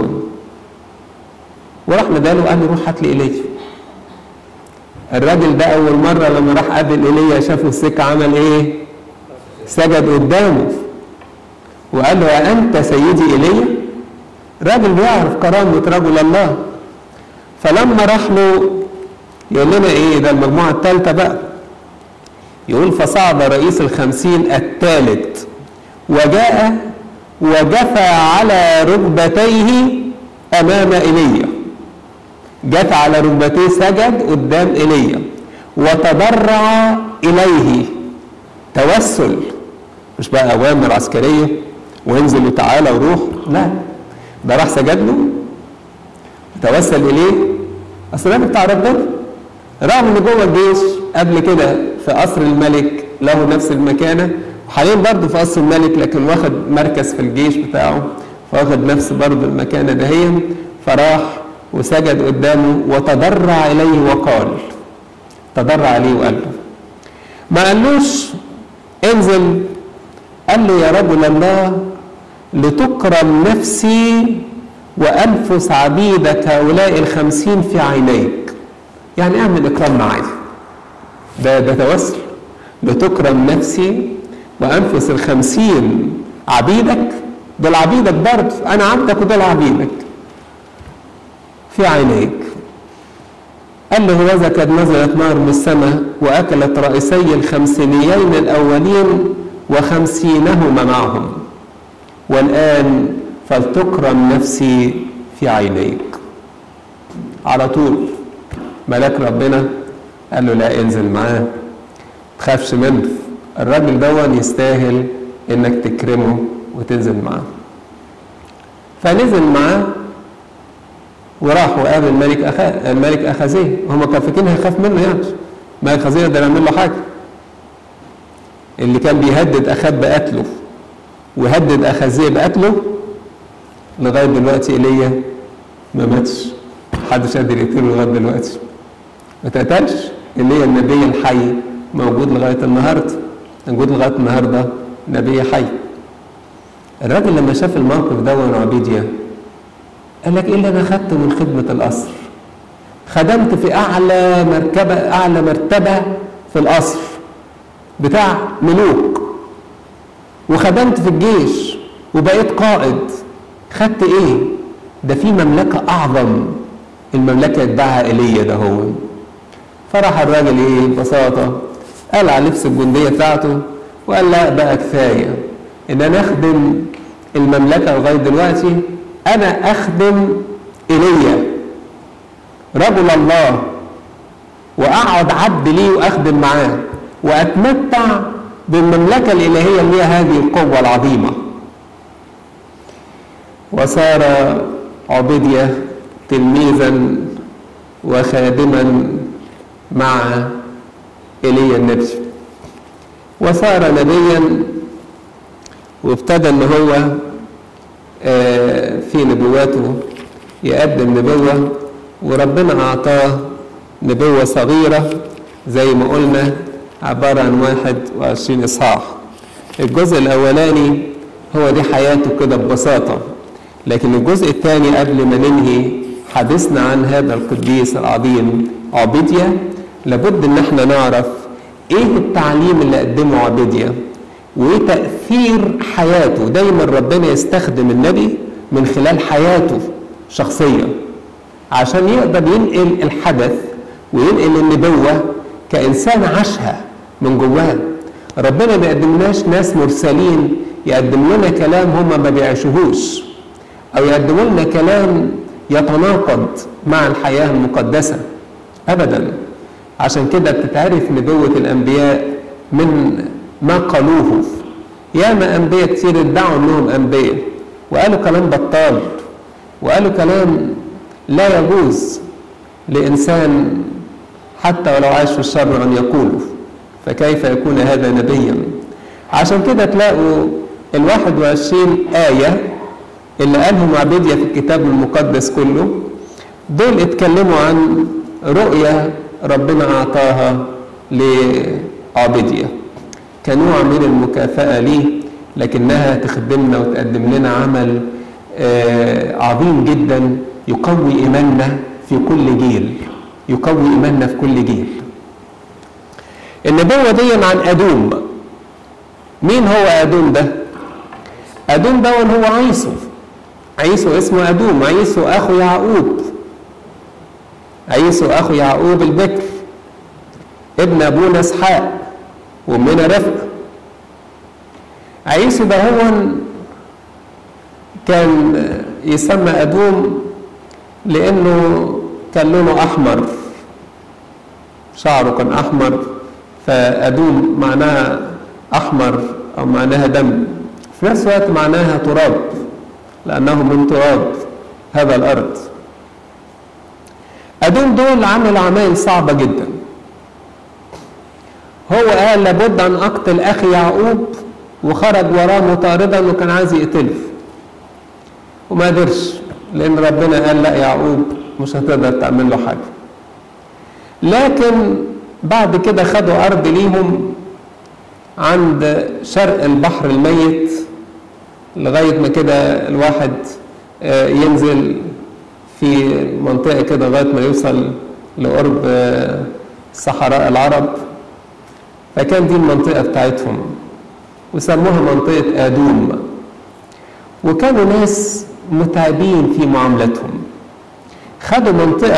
وراح مداله قال له روح هات لي ايليا. الراجل ده اول مره لما راح قابل ايليا شافه السكه عمل ايه؟ سجد قدامه وقال له يا انت سيدي ايليا. راجل بيعرف كرامه رجل الله. فلما راح له يقول لنا ايه ده المجموعه الثالثه بقى، يقول فصعد رئيس 50 الثالث وجاء وجفى على ركبتيه امام ايليا. جفى على ركبتيه، سجد قدام ايليا وتضرع اليه. توسل، مش بقى اوامر عسكريه وانزل وتعالى وروح، لا، ده راح سجد له توسل اليه. اصل الراجل بتاع ربنا، رغم ان جوه الجيش قبل كده في قصر الملك له نفس المكانه، وحاليا برضه في قصر الملك لكن واخد مركز في الجيش بتاعه، واخد نفس برضه المكانة دهيا، فراح وسجد قدامه وتضرع إليه وقال، تضرع عليه وقال له، ما قالوش انزل، قال له يا رجل الله لتكرم نفسي وأنفس عبيدك هؤلاء 50 في عينيك. يعني اعمل إكرام معايا، ده توسل. لتكرم نفسي وأنفس 50 عبيدك، دول عبيدك برضه، أنا عبدك ودول عبيدك في عينيك. قال له هوذا قد نزلت نار من السماء وأكلت رئيسي 50 الأولين و50 معهم، والآن فلتكرم نفسي في عينيك. على طول ملاك ربنا قال له لا، انزل معاه، تخافش منه، الراجل دون يستاهل انك تكرمه وتنزل معاه. فنزل معاه وراح وقابل الملك أخازيه. هم كانوا فاكرين هيخاف منه، يعني الملك أخازيه يقدر يعمل له حاجه. اللي كان بيهدد أخاب بقتله وهدد أخازيه بقتله لغايه دلوقتي ايليا ما ماتش، محدش قادر يقتله لغايه دلوقتي، ما اتقتلش. ايليا النبي الحي موجود لغايه النهارده، موجود لغايه النهارده نبي حي. الراجل لما شاف الموقف ده عبيديا قال لك ايه اللي انا خدته من خدمه القصر؟ خدمت في اعلى مرتبه في القصر بتاع ملوك، وخدمت في الجيش وبقيت قائد، خدت ايه؟ ده في مملكه اعظم، المملكه يتبعها ايليا ده هو. فرح الراجل ايه ببساطه، قلع لبس الجنديه بتاعته وقال لا بقى كفايه ان انا اخدم المملكه لغايه دلوقتي، انا اخدم ايليا رجل الله واقعد عبد ليه واخدم معاه واتمتع بالمملكه الالهيه اللي هي هذه القوه العظيمه. وصار عبيديا تلميذا وخادما مع ايليا النبي، وصار نبيا، وابتدى ان هو في نبواته يقدم نبوة، وربنا أعطاه نبوة صغيرة زي ما قلنا عبارة عن 21 إصحاح. الجزء الأولاني هو دي حياته كده ببساطة، لكن الجزء الثاني قبل ما ننهي حديثنا عن هذا القديس العظيم عبيديا لابد ان احنا نعرف ايه التعليم اللي قدمه عبيديا وايه تأثير حياته. دايما ربنا يستخدم النبي من خلال حياته شخصيا عشان يقدر ينقل الحدث وينقل النبوة كإنسان عاشها من جواه. ربنا ما يقدمناش ناس مرسلين يقدم لنا كلام هم ما بيعيشوهوش، أو يقدموا لنا كلام يتناقض مع الحياة المقدسة أبدا. عشان كده بتتعرف نبوة الأنبياء من ما قالوه. ياما أنبياء كتير ادعوا أنهم أنبياء وقالوا كلام بطال، وقالوا كلام لا يجوز لإنسان حتى ولو عاش في الشر أن يقوله، فكيف يكون هذا نبيا؟ عشان كده تلاقوا 21 آية اللي قالهم عبيديا في الكتاب المقدس كله دول اتكلموا عن رؤية ربنا أعطاها لعبيديا كنوع من المكافأة ليه، لكنها تخدمنا وتقدم لنا عمل عظيم جدا يقوي إيماننا في كل جيل، يقوي إيماننا في كل جيل. النبوة دي عن أدوم. مين هو أدوم ده؟ أدوم ده هو عيسو. عيسو اسمه أدوم، عيسو أخو يعقوب، عيسو أخو يعقوب البكر ابن أبونا إسحاق وأمنا رفقة. عيسو ده هو كان يسمى أدوم لأنه كان لونه أحمر، شعره كان أحمر، فأدوم معناها أحمر أو معناها دم، في نفس الوقت معناها تراب لأنه من تراب هذا الأرض. أدوم دول عملوا عمايل صعبة جدا. هو قال لابد أن أقتل أخي يعقوب وخرج وراه مطاردا وكان عايز يقتله. وما قدرش، لأن ربنا قال لا يعقوب مش هتقدر تعمل له حاجة. لكن بعد كده خدوا أرض ليهم عند شرق البحر الميت، لغاية ما كده الواحد ينزل في منطقة كده لغاية ما يوصل لقرب صحراء العرب. فكان دي المنطقة بتاعتهم وسموها منطقة آدوم، وكانوا ناس متعبين في معاملتهم. خدوا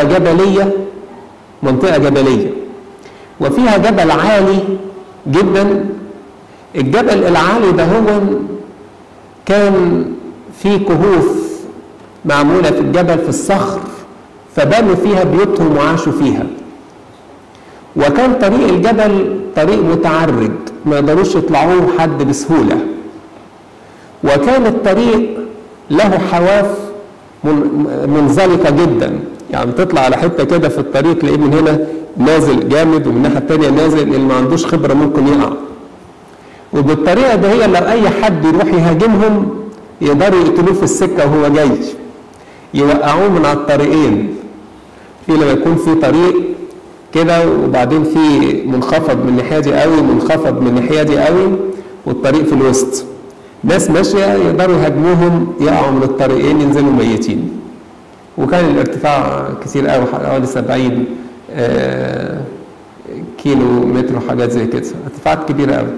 منطقة جبلية وفيها جبل عالي جدا. الجبل العالي ده هو كان فيه كهوف معمولة في الجبل في الصخر، فبنوا فيها بيوتهم وعاشوا فيها. وكان طريق الجبل طريق متعرج ما يقدروش يطلعوه حد بسهولة، وكان الطريق له حواف منزلقة جدا، يعني تطلع على حتة كده في الطريق تلاقيه من هنا نازل جامد ومن الناحية التانية نازل، اللي ما عندوش خبرة ممكن يقع. وبالطريقة ده هي لو أي حد يروح يهاجمهم يقدروا يقتلوه في السكة وهو جاي، يوقعوه من على الطريقين. في لما يكون في طريق كده وبعدين في منخفض من الناحية دي قوي منخفض من الناحية دي قوي والطريق في الوسط، ناس ماشية يقدروا يهاجموهم يقعوا من الطريقين ينزلوا ميتين. وكان الارتفاع كتير قوي حوالي 70 كيلو متر وحاجات زي كده، ارتفاعات كبيرة قوي.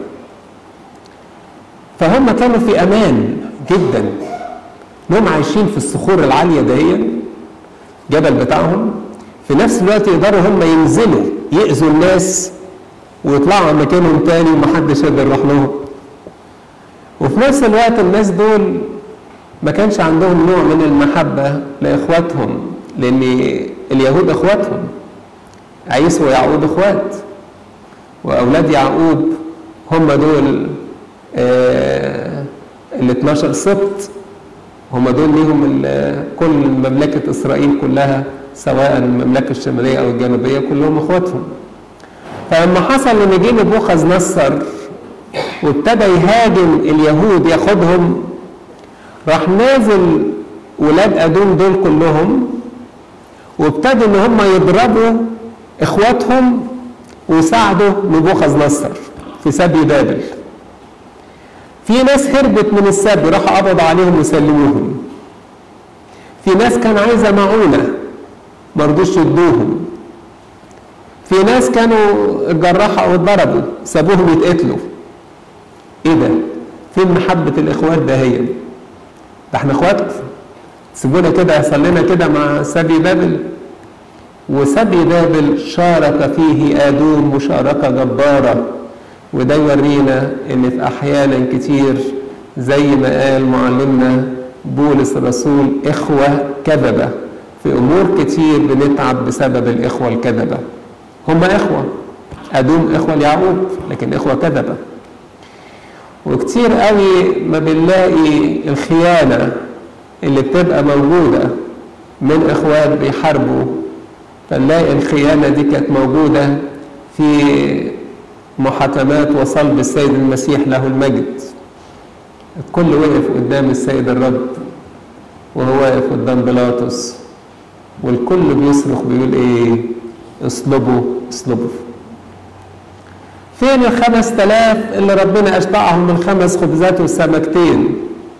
فهم كانوا في أمان جدا انهم عايشين في الصخور العالية دهيا جبل بتاعهم، في نفس الوقت يقدروا هم ينزلوا يأذوا الناس ويطلعوا عن مكانهم تاني ومحدش يقدر يروح لهم. وفي نفس الوقت الناس دول ما كانش عندهم نوع من المحبة لإخواتهم، لأن اليهود إخواتهم، عيسو ويعقوب إخوات، وأولاد يعقوب هم دول ال 12 سبط، هم دول ليهم كل مملكة إسرائيل كلها سواء المملكة الشمالية أو الجنوبية كلهم إخواتهم. فلما حصل إن جه نبوخذ نصر وابتدى يهاجم اليهود ياخدهم، راح نازل ولاد أدوم دول كلهم وابتدوا إن هم يضربوا إخواتهم ويساعدوا نبوخذ نصر في سبي بابل. في ناس هربت من السبي راحوا قبضوا عليهم وسلموهم. في ناس كان عايزة معونة مرضوش يدوهم. في ناس كانوا اتجرحوا او اتضربوا سابوهم يتقتلوا. ايه ده؟ فين محبة الاخوات ده؟ هي ده احنا اخواتكم، سيبونا كده يحصل لنا كده مع سبي بابل. وسبي بابل شارك فيه آدوم مشاركة جبارة، وده يورينا ان في احيانا كتير زي ما قال معلمنا بولس الرسول اخوة كذبة، في امور كتير بنتعب بسبب الاخوة الكذبة. هم اخوة، ادوم اخوة ليعقوب لكن اخوة كذبة. وكتير قوي ما بنلاقي الخيانة اللي بتبقى موجودة من اخوات بيحاربوا، فنلاقي الخيانة دي كانت موجودة في محاكمات وصلب السيد المسيح له المجد. الكل وقف قدام السيد الرب وهو واقف قدام بيلاطس، والكل بيصرخ بيقول ايه؟ اصلبوا اصلبوا. فين 5000 اللي ربنا اشبعهم من 5 خبزات والسمكتين؟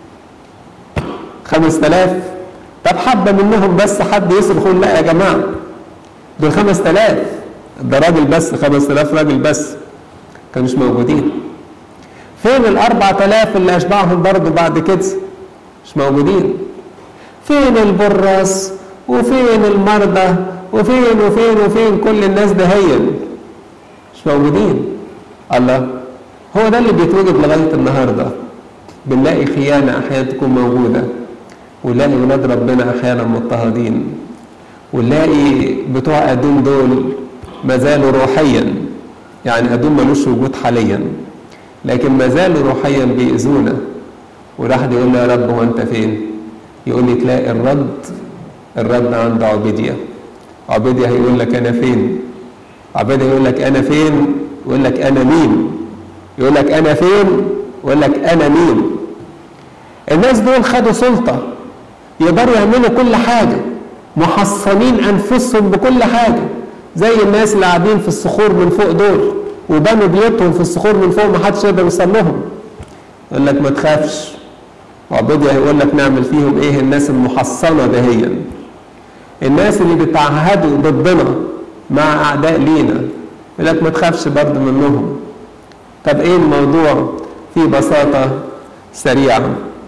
5000؟ طب حبة منهم بس حد يصرخ لا يا جماعة دول 5000، ده راجل بس، 5000 راجل بس كانوش موجودين. فين 4000 اللي اشبعهم برضه بعد كده؟ مش موجودين. فين البراس وفين المرضى وفين وفين وفين كل الناس دهين؟ مش موجودين. الله، هو ده اللي بيتوجد لغايه النهارده. بنلاقي خيانه احيانا تكون موجوده، ونلاقي ولاد ربنا احيانا مضطهدين، ونلاقي بتوع ادوم دول ما زالوا روحيا، يعني ادوم ملوش وجود حاليا لكن ما زالوا روحيا بيأذونا. وراح يقول له يا رب هو انت فين؟ يقول لي تلاقي الرد عند عبيدية. عبيدية هيقول لك انا فين؟ عبيدية يقول لك انا فين؟ يقول لك انا مين؟ يقول لك انا فين؟ يقول لك انا مين؟ الناس دول خدوا سلطة يقدروا يعملوا كل حاجة، محصنين أنفسهم بكل حاجة، زي الناس اللي قاعدين في الصخور من فوق دول وبنوا بيوتهم في الصخور من فوق ما حدش يقدر يوصل لهم. يقول لك ما تخافش، وعبودية هيقول لك نعمل فيهم ايه الناس المحصنة دهيا، الناس اللي بيتعهدوا ضدنا مع أعداء لينا، يقول لك ما تخافش برضه منهم. طب ايه الموضوع؟ في بساطة سريعة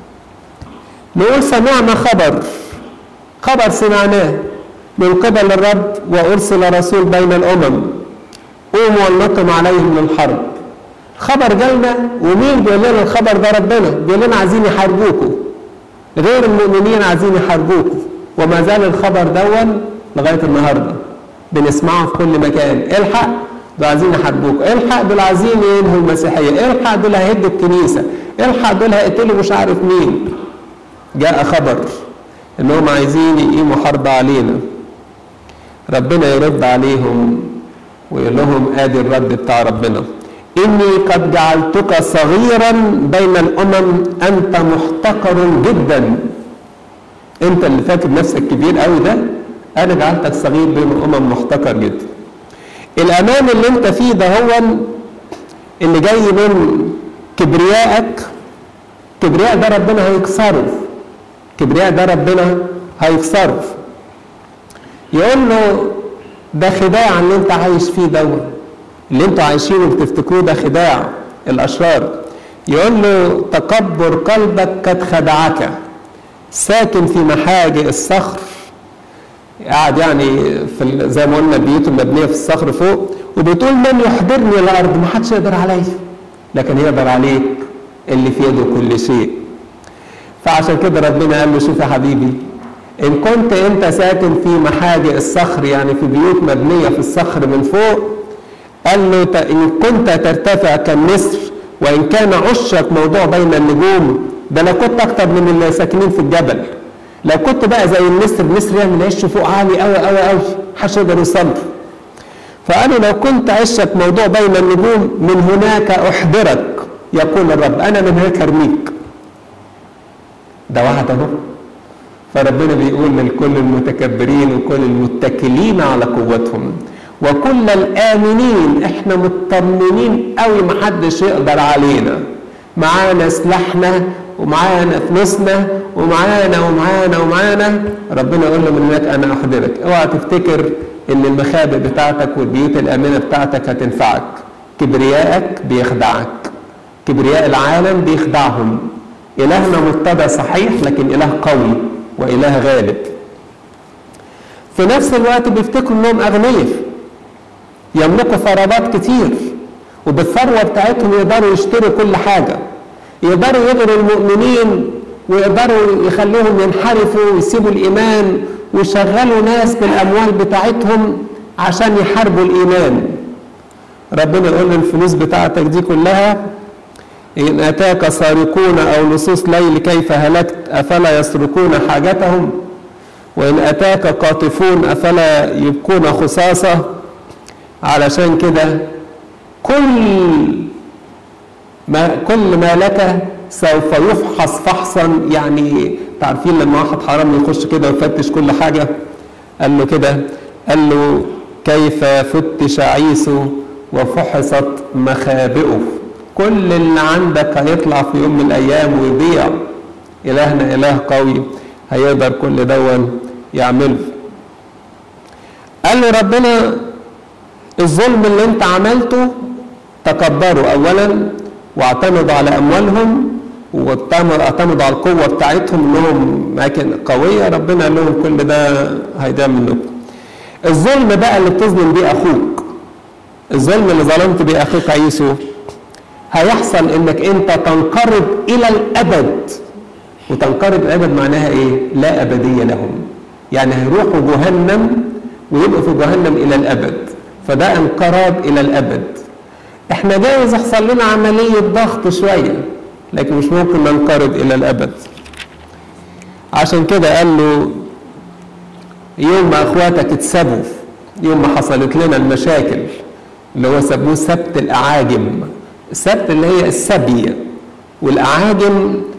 نقول سمعنا خبر سمعناه من قبل الرب وأرسل رسول بين الأمم قوموا ولنقم عليهم للحرب. خبر جالنا، ومين بيقول لنا الخبر ده؟ ربنا بيقول لنا عايزين يحاربوكوا، غير المؤمنين عايزين يحاربوكوا، وما زال الخبر دون لغاية النهاردة بنسمعه في كل مكان. الحق دول عايزين يحاربوكوا، الحق دول عايزين ينهوا المسيحية، الحق دول هيهدوا الكنيسة، الحق دول هيقتلوا مش عارف مين. جاء خبر انهم عايزين يقيموا حرب علينا. ربنا يرد عليهم ويقول لهم ادي الرد بتاع ربنا: اني قد جعلتك صغيرا بين الامم، انت محتقر جدا. انت اللي فاكر نفسك كبير قوي ده، انا جعلتك صغير بين الامم، محتقر جدا. الامان اللي انت فيه ده هو اللي جاي من كبريائك، كبرياء ده ربنا هيكسره، كبرياء ده ربنا هيكسره. يقول له ده خداع اللي انت عايش فيه ده، اللي انتوا عايشينه بتفتكروه ده خداع الاشرار. يقول له تكبر قلبك قد خدعك، ساكن في محاجئ الصخر، قاعد يعني في زي ما قلنا بيوت مبنيه في الصخر فوق، وبتقول من يحضرني الارض؟ ما حدش يقدر عليا، لكن يقدر عليك اللي في يده كل شيء. فعشان كده ربنا قال له شوف يا حبيبي، إن كنت أنت ساكن في محاجئ الصخر، يعني في بيوت مبنية في الصخر من فوق، قال له إن كنت ترتفع كالنسر، وإن كان عشك موضوع بين النجوم، ده لو كنت أكتر من اللي ساكنين في الجبل، لو كنت بقى زي النسر، النسر يعمل عش فوق عالي أوي أوي أوي، محدش يقدر يوصل. فقال لو كنت عشك موضوع بين النجوم، من هناك أحضرك يقول الرب، أنا من هناك أرميك. ده وعد اهو. فربنا بيقول لكل المتكبرين وكل المتكلين على قوتهم وكل الآمنين، احنا مطمنين قوي محدش يقدر علينا، معانا سلاحنا ومعانا فلوسنا ومعانا. ربنا يقول له من هناك انا احضرك. اوعى تفتكر ان المخابئ بتاعتك والبيوت الامنه بتاعتك هتنفعك. كبريائك بيخدعك، كبرياء العالم بيخدعهم. إلهنا متبع صحيح، لكن إله قوي وإله غالب. في نفس الوقت بيفتكروا إنهم أغنياء، يملكوا ثروات كتير، وبالثروة بتاعتهم يقدروا يشتروا كل حاجة، يقدروا يغروا المؤمنين ويقدروا يخلوهم ينحرفوا ويسيبوا الإيمان، ويشغلوا ناس بالأموال بتاعتهم عشان يحاربوا الإيمان. ربنا يقول الفلوس بتاعتك دي كلها، إن أتاك سارقون أو لصوص ليل كيف هلكت أفلا يسرقون حاجتهم، وإن أتاك قاطفون أفلا يبكون خصاصة. علشان كده كل ما لك سوف يفحص فحصا. يعني تعرفين لما واحد حرامي يخش كده ويفتش كل حاجة، قال له كده، قال له كيف فتش عيسو وفحصت مخابئه. كل اللي عندك هيطلع في يوم من الأيام ويضيع. إلهنا إله قوي هيقدر كل دون يعمله. قال له ربنا الظلم اللي انت عملته تكبروا أولا واعتمدوا على أموالهم واعتمدوا على القوة بتاعتهم انهم أماكن قوية. ربنا قال لهم كل ده هيضيع منكم. الظلم بقى اللي بتظلم بيه أخوك، الظلم اللي ظلمت بيه أخوك عيسو، هيحصل انك انت تنقرض الى الابد. وتنقرض الابد معناها ايه؟ لا ابديه لهم، يعني هيروحوا جهنم ويبقوا في جهنم الى الابد. فده انقراض الى الابد. احنا جايز يحصل لنا عمليه ضغط شويه، لكن مش ممكن ننقرض الى الابد. عشان كده قال له يوم ما اخواتك اتسبوا، يوم ما حصلت لنا المشاكل اللي هو سموه سبت الاعاجم. السبت اللي هي السبي، والأعاجم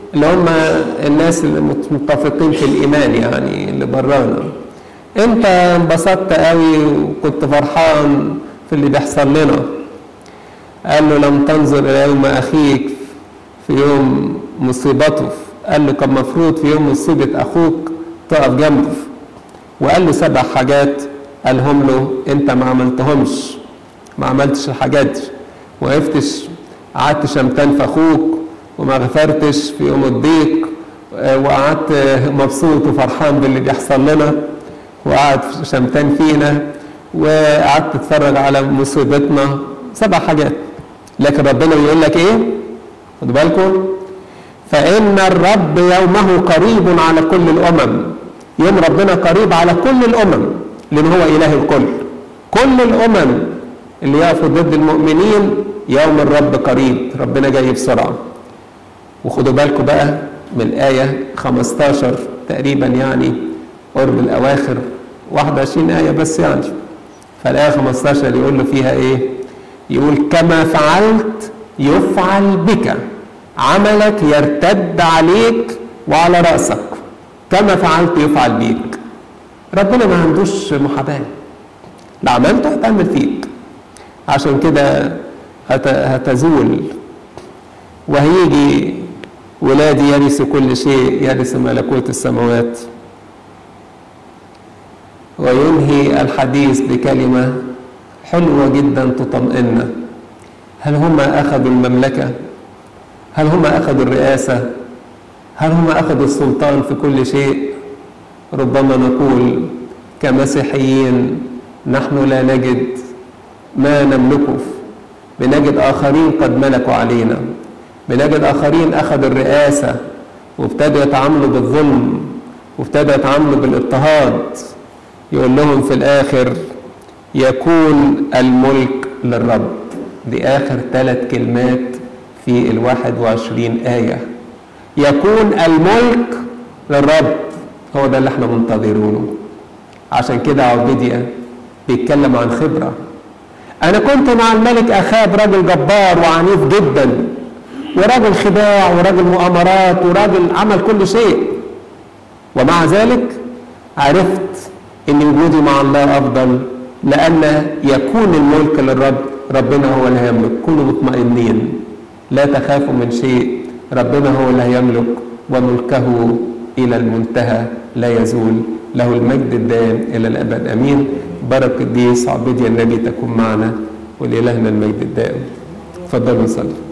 اللي هم الناس اللي متفقين في الإيمان يعني اللي برانا. انت انبسطت قوي وكنت فرحان في اللي بيحصل لنا. قال له لم تنظر إلى يوم أخيك في يوم مصيبته. قال له كان مفروض في يوم مصيبة أخوك تقف جنبه. وقال له 7 حاجات قالهم له انت ما عملتهمش، ما عملتش الحاجات دي، وقفتش قعدت شمتان في اخوك وما غفرتش في يوم الضيق، وقعدت مبسوط وفرحان باللي بيحصل لنا وقعد شمتان فينا، وقعدت تتفرج على مصيبتنا. 7 حاجات. لكن ربنا بيقول لك ايه؟ خدوا بالكم، فإن الرب يومه قريب على كل الأمم. يوم ربنا قريب على كل الأمم لأن هو إله الكل. كل الأمم اللي يقفوا ضد المؤمنين يوم الرب قريب، ربنا جاي بسرعة. وخدوا بالكم بقى من الآية 15 تقريبا، يعني قرب الأواخر 21 آية بس يعني. فالآية 15 يقول له فيها إيه؟ يقول كما فعلت يفعل بك، عملك يرتد عليك وعلى رأسك. كما فعلت يفعل بيك. ربنا ما عندوش محاباة، لا عملته هتعمل فيك. عشان كده هتزول وهيجي ولادي يرث كل شيء، يرث ملكوت السماوات. وينهي الحديث بكلمة حلوة جدا تطمئننا. هل هم أخذوا المملكة؟ هل هم أخذوا الرئاسة؟ هل هم أخذوا السلطان في كل شيء؟ ربما نقول كمسيحيين نحن لا نجد ما نملكه، بنجد آخرين قد ملكوا علينا، بنجد آخرين أخذوا الرئاسة وابتدوا يتعاملوا بالظلم وابتدوا يتعاملوا بالاضطهاد. يقول لهم في الآخر يكون الملك للرب. دي آخر 3 كلمات في 21 آية. يكون الملك للرب، هو ده اللي احنا منتظرونه. عشان كده عبيديا بيتكلم عن خبرة. أنا كنت مع الملك أخاب راجل جبار وعنيف جدا، وراجل خداع وراجل مؤامرات وراجل عمل كل شيء، ومع ذلك عرفت ان وجودي مع الله افضل، لان يكون الملك للرب. ربنا هو اللي هيملك. كونوا مطمئنين، لا تخافوا من شيء. ربنا هو اللي هيملك وملكه الى المنتهى لا يزول. له المجد الدائم الى الابد امين. بركة قديس عبيديا النبي تكون معنا ولإلهنا المجد الدائم. تفضلوا نصلي.